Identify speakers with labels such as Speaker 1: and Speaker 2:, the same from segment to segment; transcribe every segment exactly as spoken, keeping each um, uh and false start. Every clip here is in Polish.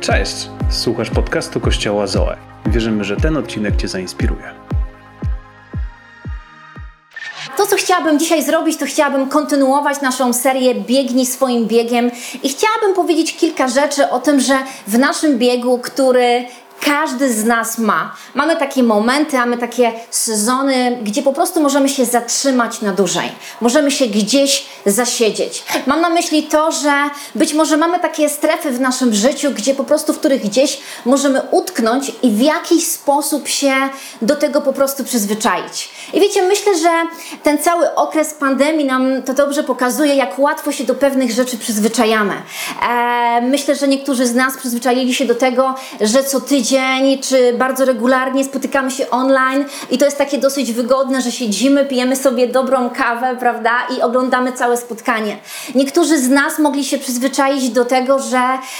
Speaker 1: Cześć! Słuchasz podcastu Kościoła Zoe. Wierzymy, że ten odcinek Cię zainspiruje.
Speaker 2: To, co chciałabym dzisiaj zrobić, to chciałabym kontynuować naszą serię Biegnij swoim biegiem i chciałabym powiedzieć kilka rzeczy o tym, że w naszym biegu, który każdy z nas ma, mamy takie momenty, mamy takie sezony, gdzie po prostu możemy się zatrzymać na dłużej. Możemy się gdzieś zasiedzieć. Mam na myśli to, że być może mamy takie strefy w naszym życiu, gdzie po prostu, w których gdzieś możemy utknąć i w jakiś sposób się do tego po prostu przyzwyczaić. I wiecie, myślę, że ten cały okres pandemii nam to dobrze pokazuje, jak łatwo się do pewnych rzeczy przyzwyczajamy. Eee, myślę, że niektórzy z nas przyzwyczaili się do tego, że co tydzień czy bardzo regularnie spotykamy się online i to jest takie dosyć wygodne, że siedzimy, pijemy sobie dobrą kawę, prawda, i oglądamy całe spotkanie. Niektórzy z nas mogli się przyzwyczaić do tego, że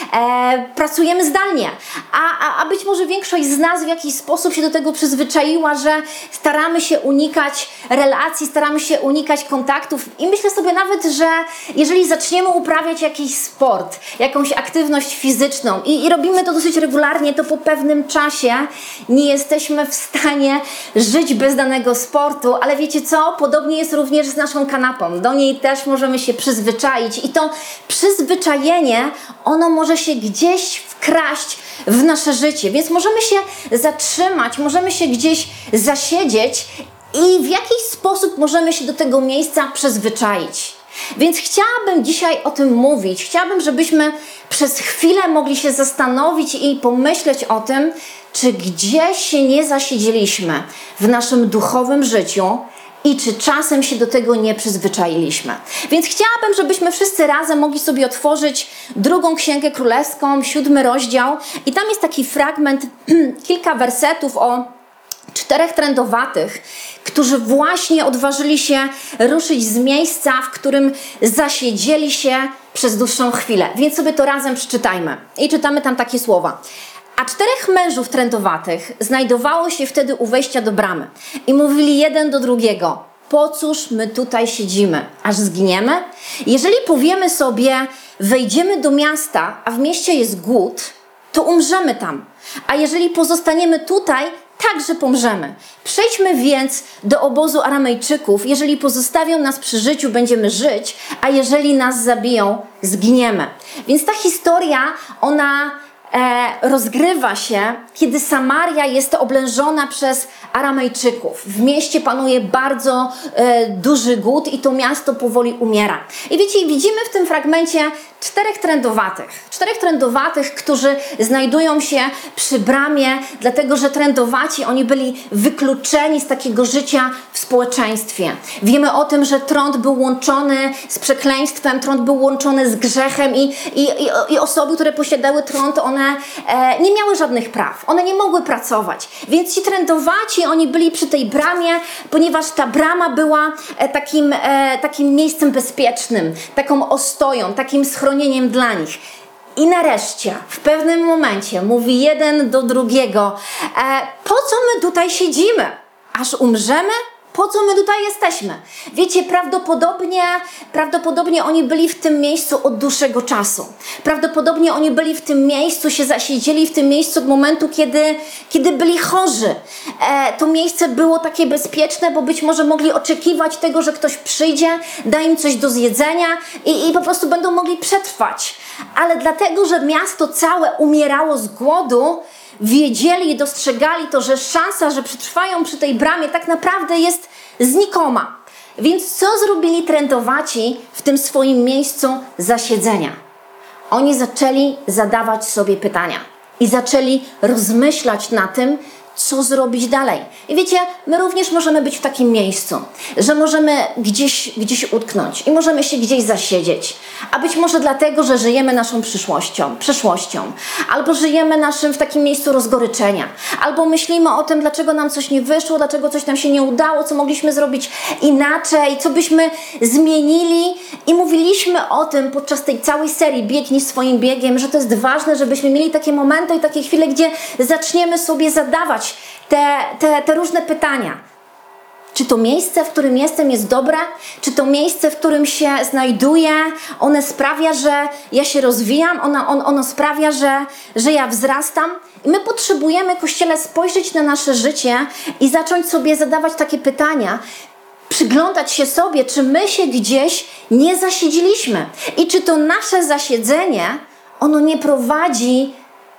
Speaker 2: e, pracujemy zdalnie, a, a, a być może większość z nas w jakiś sposób się do tego przyzwyczaiła, że staramy się unikać relacji, staramy się unikać kontaktów i myślę sobie nawet, że jeżeli zaczniemy uprawiać jakiś sport, jakąś aktywność fizyczną i, i robimy to dosyć regularnie, to po pewnym czasie nie jesteśmy w stanie żyć bez danego sportu, ale wiecie co? Podobnie jest również z naszą kanapą. Do niej też możemy się przyzwyczaić i to przyzwyczajenie, ono może się gdzieś wkraść w nasze życie, więc możemy się zatrzymać, możemy się gdzieś zasiedzieć i w jakiś sposób możemy się do tego miejsca przyzwyczaić. Więc chciałabym dzisiaj o tym mówić. Chciałabym, żebyśmy przez chwilę mogli się zastanowić i pomyśleć o tym, czy gdzieś się nie zasiedzieliśmy w naszym duchowym życiu i czy czasem się do tego nie przyzwyczailiśmy. Więc chciałabym, żebyśmy wszyscy razem mogli sobie otworzyć drugą Księgę Królewską, siódmy rozdział i tam jest taki fragment, kilka wersetów o czterech trędowatych, którzy właśnie odważyli się ruszyć z miejsca, w którym zasiedzieli się przez dłuższą chwilę. Więc sobie to razem przeczytajmy. I czytamy tam takie słowa. A czterech mężów trędowatych znajdowało się wtedy u wejścia do bramy i mówili jeden do drugiego: po cóż my tutaj siedzimy, aż zginiemy? Jeżeli powiemy sobie, wejdziemy do miasta, a w mieście jest głód, to umrzemy tam. A jeżeli pozostaniemy tutaj, także pomrzemy. Przejdźmy więc do obozu Aramejczyków. Jeżeli pozostawią nas przy życiu, będziemy żyć, a jeżeli nas zabiją, zginiemy. Więc ta historia, ona e, rozgrywa się, kiedy Samaria jest oblężona przez Aramejczyków. W mieście panuje bardzo e, duży głód i to miasto powoli umiera. I wiecie, widzimy w tym fragmencie czterech trędowatych. Czterech trędowatych, którzy znajdują się przy bramie, dlatego że trędowaci, oni byli wykluczeni z takiego życia w społeczeństwie. Wiemy o tym, że trąd był łączony z przekleństwem, trąd był łączony z grzechem i, i, i, i osoby, które posiadały trąd, one e, nie miały żadnych praw. One nie mogły pracować. Więc ci trędowaci, oni byli przy tej bramie, ponieważ ta brama była e, takim, e, takim miejscem bezpiecznym, taką ostoją, takim schronieniem dla nich. I nareszcie, w pewnym momencie mówi jeden do drugiego: e, po co my tutaj siedzimy? Aż umrzemy? Po co my tutaj jesteśmy? Wiecie, prawdopodobnie, prawdopodobnie oni byli w tym miejscu od dłuższego czasu. Prawdopodobnie oni byli w tym miejscu, się zasiedzieli w tym miejscu od momentu, kiedy, kiedy byli chorzy. E, to miejsce było takie bezpieczne, bo być może mogli oczekiwać tego, że ktoś przyjdzie, da im coś do zjedzenia i, i po prostu będą mogli przetrwać. Ale dlatego, że miasto całe umierało z głodu, wiedzieli i dostrzegali to, że szansa, że przetrwają przy tej bramie, tak naprawdę jest znikoma. Więc co zrobili trędowaci w tym swoim miejscu zasiedzenia? Oni zaczęli zadawać sobie pytania i zaczęli rozmyślać na tym, co zrobić dalej. I wiecie, my również możemy być w takim miejscu, że możemy gdzieś, gdzieś utknąć i możemy się gdzieś zasiedzieć. A być może dlatego, że żyjemy naszą przyszłością, przeszłością, albo żyjemy naszym w takim miejscu rozgoryczenia, albo myślimy o tym, dlaczego nam coś nie wyszło, dlaczego coś nam się nie udało, co mogliśmy zrobić inaczej, co byśmy zmienili. I mówiliśmy o tym podczas tej całej serii Biegnij swoim biegiem, że to jest ważne, żebyśmy mieli takie momenty i takie chwile, gdzie zaczniemy sobie zadawać te, te, te różne pytania. Czy to miejsce, w którym jestem, jest dobre? Czy to miejsce, w którym się znajduję, ono sprawia, że ja się rozwijam? Ono, on, ono sprawia, że, że ja wzrastam? I my potrzebujemy, Kościele, spojrzeć na nasze życie i zacząć sobie zadawać takie pytania, przyglądać się sobie, czy my się gdzieś nie zasiedziliśmy i czy to nasze zasiedzenie, ono nie prowadzi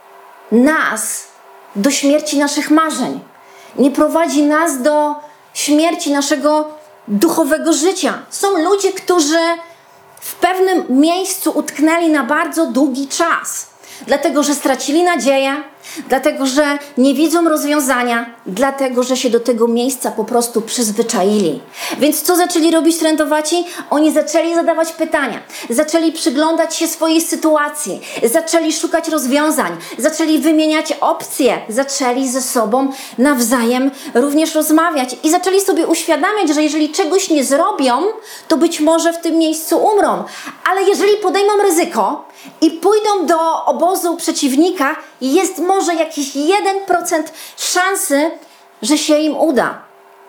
Speaker 2: nas do śmierci naszych marzeń, nie prowadzi nas do śmierci naszego duchowego życia. Są ludzie, którzy w pewnym miejscu utknęli na bardzo długi czas, dlatego że stracili nadzieję, dlatego że nie widzą rozwiązania, dlatego że się do tego miejsca po prostu przyzwyczaili. Więc co zaczęli robić trędowaci? Oni zaczęli zadawać pytania, zaczęli przyglądać się swojej sytuacji, zaczęli szukać rozwiązań, zaczęli wymieniać opcje, zaczęli ze sobą nawzajem również rozmawiać i zaczęli sobie uświadamiać, że jeżeli czegoś nie zrobią, to być może w tym miejscu umrą. Ale jeżeli podejmą ryzyko i pójdą do obozu przeciwnika, jest może jakiś jeden procent szansy, że się im uda.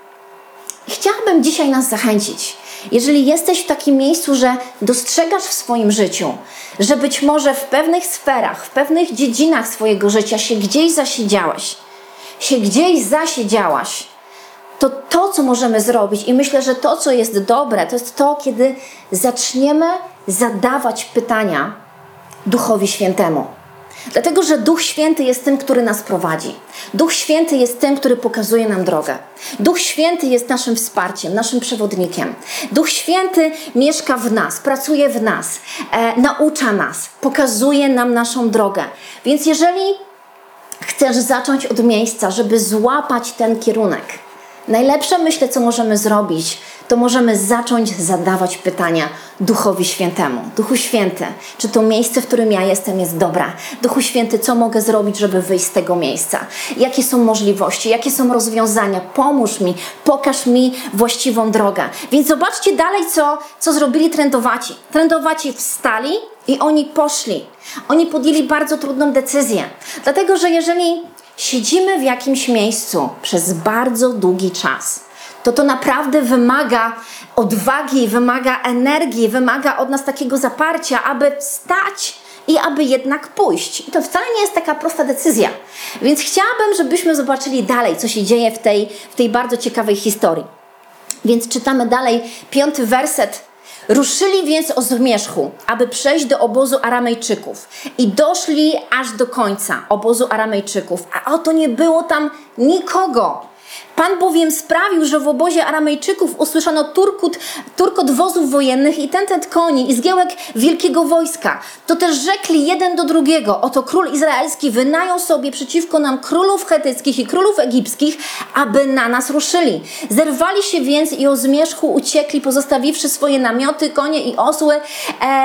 Speaker 2: Chciałabym dzisiaj nas zachęcić. Jeżeli jesteś w takim miejscu, że dostrzegasz w swoim życiu, że być może w pewnych sferach, w pewnych dziedzinach swojego życia się gdzieś zasiedziałeś, się gdzieś zasiedziałaś, to to, co możemy zrobić i myślę, że to, co jest dobre, to jest to, kiedy zaczniemy zadawać pytania Duchowi Świętemu. Dlatego, że Duch Święty jest tym, który nas prowadzi. Duch Święty jest tym, który pokazuje nam drogę. Duch Święty jest naszym wsparciem, naszym przewodnikiem. Duch Święty mieszka w nas, pracuje w nas, e, naucza nas, pokazuje nam naszą drogę. Więc jeżeli chcesz zacząć od miejsca, żeby złapać ten kierunek, najlepsze, myślę, co możemy zrobić, to możemy zacząć zadawać pytania Duchowi Świętemu. Duchu Święty, czy to miejsce, w którym ja jestem, jest dobre? Duchu Święty, co mogę zrobić, żeby wyjść z tego miejsca? Jakie są możliwości? Jakie są rozwiązania? Pomóż mi, pokaż mi właściwą drogę. Więc zobaczcie dalej, co, co zrobili trędowaci. Trędowaci wstali i oni poszli. Oni podjęli bardzo trudną decyzję. Dlatego, że jeżeli siedzimy w jakimś miejscu przez bardzo długi czas, to to naprawdę wymaga odwagi, wymaga energii, wymaga od nas takiego zaparcia, aby wstać i aby jednak pójść. I to wcale nie jest taka prosta decyzja. Więc chciałabym, żebyśmy zobaczyli dalej, co się dzieje w tej, w tej bardzo ciekawej historii. Więc czytamy dalej piąty werset. Ruszyli więc o zmierzchu, aby przejść do obozu Aramejczyków i doszli aż do końca obozu Aramejczyków, a oto nie było tam nikogo. Pan bowiem sprawił, że w obozie Aramejczyków usłyszano turkot, turkot wozów wojennych i tentet koni i zgiełek wielkiego wojska. To też rzekli jeden do drugiego, oto król izraelski wynajął sobie przeciwko nam królów chetyckich i królów egipskich, aby na nas ruszyli. Zerwali się więc i o zmierzchu uciekli, pozostawiwszy swoje namioty, konie i osły. E,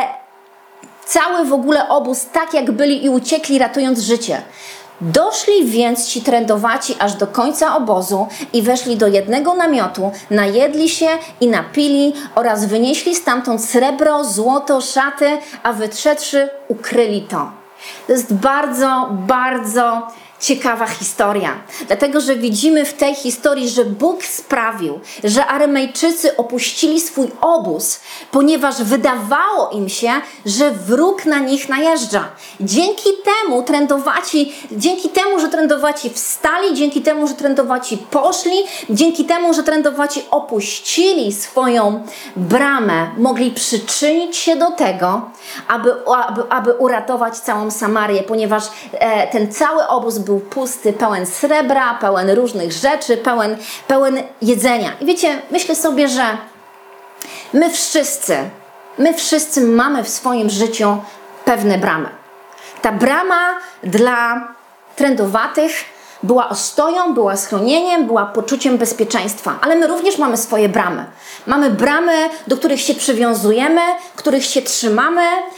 Speaker 2: cały w ogóle obóz tak jak byli i uciekli, ratując życie. Doszli więc ci trędowaci aż do końca obozu i weszli do jednego namiotu, najedli się i napili oraz wynieśli stamtąd srebro, złoto, szaty, a wytrzedłszy ukryli to. To jest bardzo, bardzo ciekawa historia, dlatego że widzimy w tej historii, że Bóg sprawił, że Aramejczycy opuścili swój obóz, ponieważ wydawało im się, że wróg na nich najeżdża. Dzięki temu trędowaci, dzięki temu, że trędowaci wstali, dzięki temu, że trędowaci poszli, dzięki temu, że trędowaci opuścili swoją bramę, mogli przyczynić się do tego, aby, aby, aby uratować całą Samarię, ponieważ e, ten cały obóz był pusty, pełen srebra, pełen różnych rzeczy, pełen, pełen jedzenia. I wiecie, myślę sobie, że my wszyscy, my wszyscy mamy w swoim życiu pewne bramy. Ta brama dla trędowatych była ostoją, była schronieniem, była poczuciem bezpieczeństwa. Ale my również mamy swoje bramy. Mamy bramy, do których się przywiązujemy, których się trzymamy.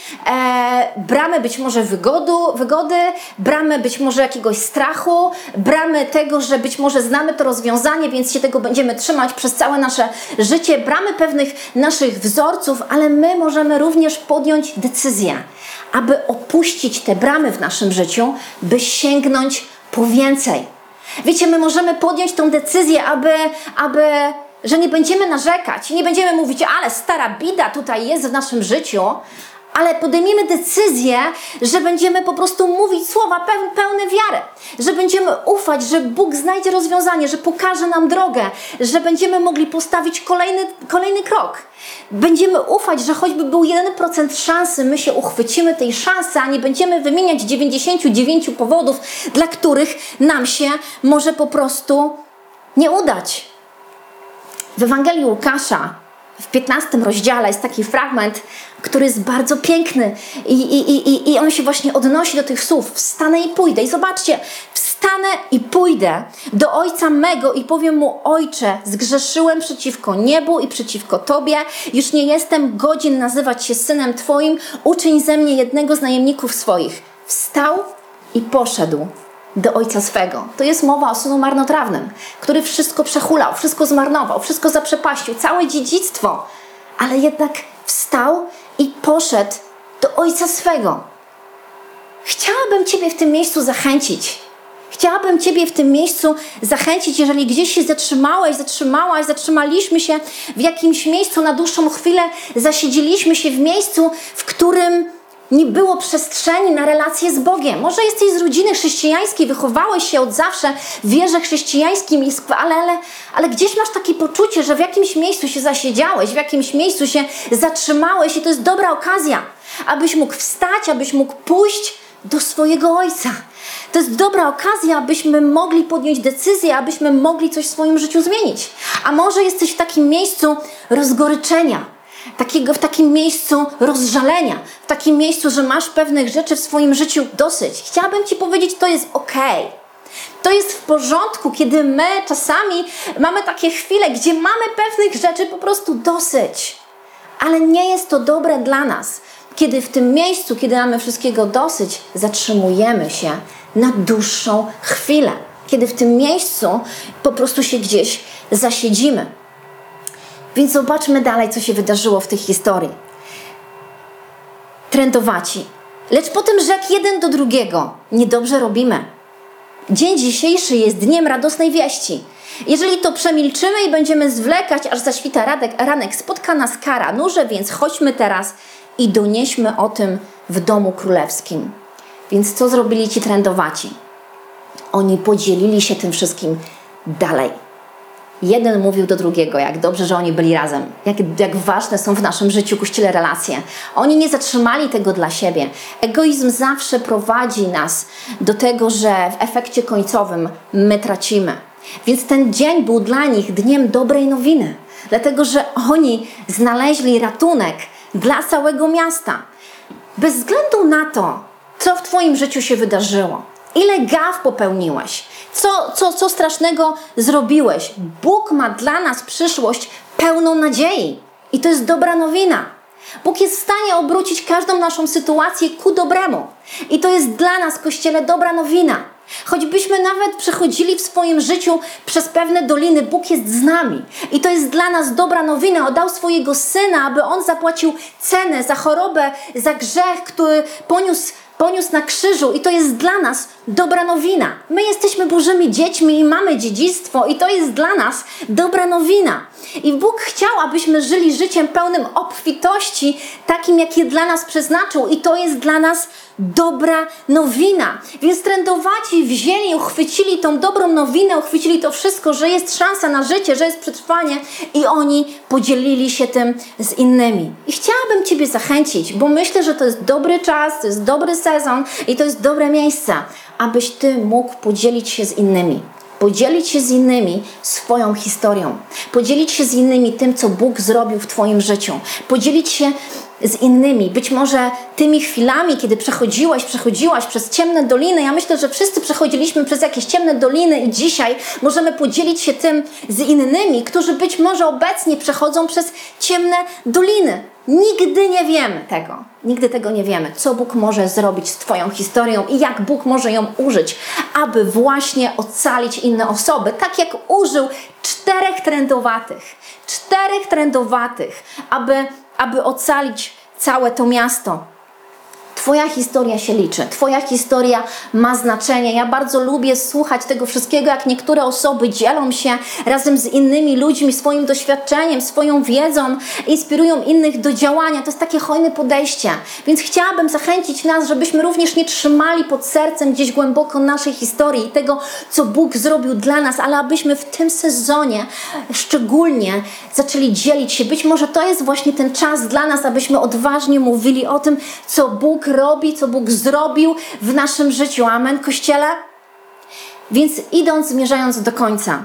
Speaker 2: E, bramy być może wygodu, wygody, bramy być może jakiegoś strachu, bramy tego, że być może znamy to rozwiązanie, więc się tego będziemy trzymać przez całe nasze życie. Bramy pewnych naszych wzorców, ale my możemy również podjąć decyzję, aby opuścić te bramy w naszym życiu, by sięgnąć po więcej. Wiecie, my możemy podjąć tą decyzję, aby, aby że nie będziemy narzekać, nie będziemy mówić, ale stara bida tutaj jest w naszym życiu, ale podejmiemy decyzję, że będziemy po prostu mówić słowa pełne wiary, że będziemy ufać, że Bóg znajdzie rozwiązanie, że pokaże nam drogę, że będziemy mogli postawić kolejny, kolejny krok. Będziemy ufać, że choćby był jeden procent szansy, my się uchwycimy tej szansy, a nie będziemy wymieniać dziewięćdziesiąt dziewięć powodów, dla których nam się może po prostu nie udać. W Ewangelii Łukasza w piętnastym rozdziale jest taki fragment, który jest bardzo piękny i, i, i, i on się właśnie odnosi do tych słów. Wstanę i pójdę. I zobaczcie, wstanę i pójdę do Ojca mego i powiem Mu, Ojcze, zgrzeszyłem przeciwko niebu i przeciwko Tobie. Już nie jestem godzien nazywać się synem Twoim. Uczyń ze mnie jednego z najemników swoich. Wstał i poszedł do ojca swego. To jest mowa o synu marnotrawnym, który wszystko przehulał, wszystko zmarnował, wszystko zaprzepaścił, całe dziedzictwo, ale jednak wstał i poszedł do ojca swego. Chciałabym Ciebie w tym miejscu zachęcić. Chciałabym Ciebie w tym miejscu zachęcić, jeżeli gdzieś się zatrzymałeś, zatrzymałaś, zatrzymaliśmy się w jakimś miejscu na dłuższą chwilę, zasiedzieliśmy się w miejscu, w którym nie było przestrzeni na relacje z Bogiem. Może jesteś z rodziny chrześcijańskiej, wychowałeś się od zawsze w wierze chrześcijańskim, ale, ale, ale gdzieś masz takie poczucie, że w jakimś miejscu się zasiedziałeś, w jakimś miejscu się zatrzymałeś i to jest dobra okazja, abyś mógł wstać, abyś mógł pójść do swojego Ojca. To jest dobra okazja, abyśmy mogli podjąć decyzję, abyśmy mogli coś w swoim życiu zmienić. A może jesteś w takim miejscu rozgoryczenia, Takiego, w takim miejscu rozżalenia, w takim miejscu, że masz pewnych rzeczy w swoim życiu dosyć. Chciałabym Ci powiedzieć, to jest okej. To jest w porządku, kiedy my czasami mamy takie chwile, gdzie mamy pewnych rzeczy po prostu dosyć. Ale nie jest to dobre dla nas, kiedy w tym miejscu, kiedy mamy wszystkiego dosyć, zatrzymujemy się na dłuższą chwilę. Kiedy w tym miejscu po prostu się gdzieś zasiedzimy. Więc zobaczmy dalej, co się wydarzyło w tej historii. Trędowaci. Lecz potem rzekł jeden do drugiego. Niedobrze robimy. Dzień dzisiejszy jest dniem radosnej wieści. Jeżeli to przemilczymy i będziemy zwlekać, aż zaświta radek, ranek, spotka nas kara. Nurze, więc chodźmy teraz i donieśmy o tym w domu królewskim. Więc co zrobili ci trędowaci? Oni podzielili się tym wszystkim dalej. Jeden mówił do drugiego, jak dobrze, że oni byli razem, jak, jak ważne są w naszym życiu, Kościele, relacje. Oni nie zatrzymali tego dla siebie. Egoizm zawsze prowadzi nas do tego, że w efekcie końcowym my tracimy. Więc ten dzień był dla nich dniem dobrej nowiny, dlatego że oni znaleźli ratunek dla całego miasta. Bez względu na to, co w Twoim życiu się wydarzyło, ile gaf popełniłeś, Co, co, co strasznego zrobiłeś. Bóg ma dla nas przyszłość pełną nadziei. I to jest dobra nowina. Bóg jest w stanie obrócić każdą naszą sytuację ku dobremu. I to jest dla nas, Kościele, dobra nowina. Choćbyśmy nawet przechodzili w swoim życiu przez pewne doliny, Bóg jest z nami. I to jest dla nas dobra nowina. Oddał swojego Syna, aby On zapłacił cenę za chorobę, za grzech, który poniósł Poniósł na krzyżu i to jest dla nas dobra nowina. My jesteśmy Bożymi dziećmi i mamy dziedzictwo i to jest dla nas dobra nowina. I Bóg chciał, abyśmy żyli życiem pełnym obfitości, takim, jakie dla nas przeznaczył i to jest dla nas dobra nowina. Więc trędowaci wzięli, uchwycili tą dobrą nowinę, uchwycili to wszystko, że jest szansa na życie, że jest przetrwanie i oni podzielili się tym z innymi. I chciałabym Ciebie zachęcić, bo myślę, że to jest dobry czas, to jest dobry sezon i to jest dobre miejsce, abyś Ty mógł podzielić się z innymi. Podzielić się z innymi swoją historią. Podzielić się z innymi tym, co Bóg zrobił w Twoim życiu. Podzielić się z innymi. Być może tymi chwilami, kiedy przechodziłeś, przechodziłaś przez ciemne doliny. Ja myślę, że wszyscy przechodziliśmy przez jakieś ciemne doliny i dzisiaj możemy podzielić się tym z innymi, którzy być może obecnie przechodzą przez ciemne doliny. Nigdy nie wiemy tego. Nigdy tego nie wiemy, co Bóg może zrobić z Twoją historią i jak Bóg może ją użyć, aby właśnie ocalić inne osoby. Tak jak użył czterech trędowatych. Czterech trędowatych, aby, aby ocalić całe to miasto. Twoja historia się liczy, Twoja historia ma znaczenie. Ja bardzo lubię słuchać tego wszystkiego, jak niektóre osoby dzielą się razem z innymi ludźmi swoim doświadczeniem, swoją wiedzą, inspirują innych do działania. To jest takie hojne podejście. Więc chciałabym zachęcić nas, żebyśmy również nie trzymali pod sercem gdzieś głęboko naszej historii i tego, co Bóg zrobił dla nas, ale abyśmy w tym sezonie szczególnie zaczęli dzielić się. Być może to jest właśnie ten czas dla nas, abyśmy odważnie mówili o tym, co Bóg robi, co Bóg zrobił w naszym życiu. Amen, Kościele? Więc idąc, zmierzając do końca,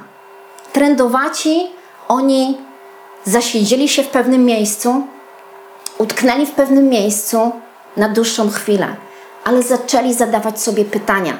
Speaker 2: trędowaci, oni zasiedzieli się w pewnym miejscu, utknęli w pewnym miejscu na dłuższą chwilę, ale zaczęli zadawać sobie pytania.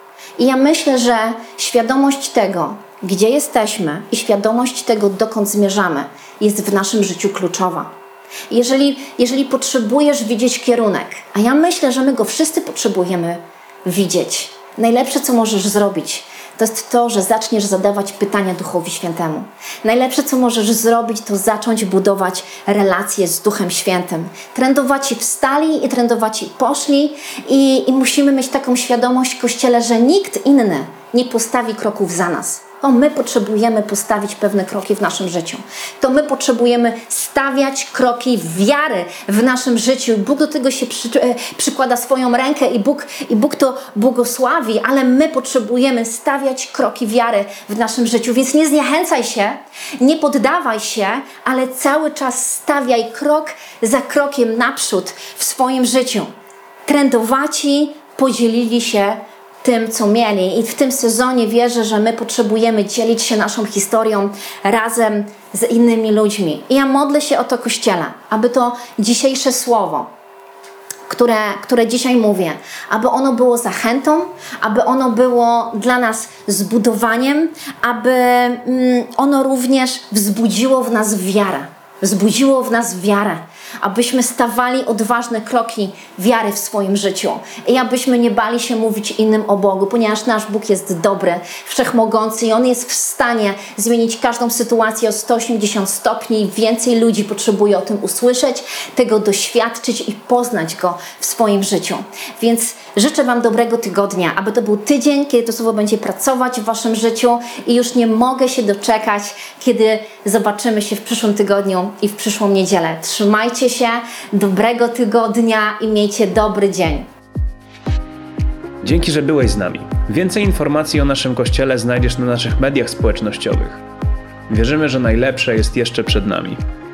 Speaker 2: I ja myślę, że świadomość tego, gdzie jesteśmy i świadomość tego, dokąd zmierzamy, jest w naszym życiu kluczowa. Jeżeli, jeżeli potrzebujesz widzieć kierunek, a ja myślę, że my go wszyscy potrzebujemy widzieć, najlepsze, co możesz zrobić, to jest to, że zaczniesz zadawać pytania Duchowi Świętemu. Najlepsze, co możesz zrobić, to zacząć budować relacje z Duchem Świętym. Trędowaci wstali i trędowaci poszli i, i musimy mieć taką świadomość, Kościele, że nikt inny nie postawi kroków za nas. To my potrzebujemy postawić pewne kroki w naszym życiu. To my potrzebujemy stawiać kroki wiary w naszym życiu. Bóg do tego się przy, e, przykłada swoją rękę i Bóg, i Bóg to błogosławi, ale my potrzebujemy stawiać kroki wiary w naszym życiu. Więc nie zniechęcaj się, nie poddawaj się, ale cały czas stawiaj krok za krokiem naprzód w swoim życiu. Trędowaci podzielili się tym, co mieli. I w tym sezonie wierzę, że my potrzebujemy dzielić się naszą historią razem z innymi ludźmi. I ja modlę się o to, Kościele, aby to dzisiejsze słowo, które, które dzisiaj mówię, aby ono było zachętą, aby ono było dla nas zbudowaniem, aby mm, ono również wzbudziło w nas wiarę. Wzbudziło w nas wiarę, abyśmy stawali odważne kroki wiary w swoim życiu i abyśmy nie bali się mówić innym o Bogu, ponieważ nasz Bóg jest dobry, wszechmogący i On jest w stanie zmienić każdą sytuację o sto osiemdziesiąt stopni i więcej ludzi potrzebuje o tym usłyszeć, tego doświadczyć i poznać Go w swoim życiu. Więc życzę Wam dobrego tygodnia, aby to był tydzień, kiedy to słowo będzie pracować w Waszym życiu i już nie mogę się doczekać, kiedy zobaczymy się w przyszłym tygodniu i w przyszłą niedzielę. Trzymajcie się, dobrego tygodnia i miejcie dobry dzień.
Speaker 1: Dzięki, że byłeś z nami. Więcej informacji o naszym Kościele znajdziesz na naszych mediach społecznościowych. Wierzymy, że najlepsze jest jeszcze przed nami.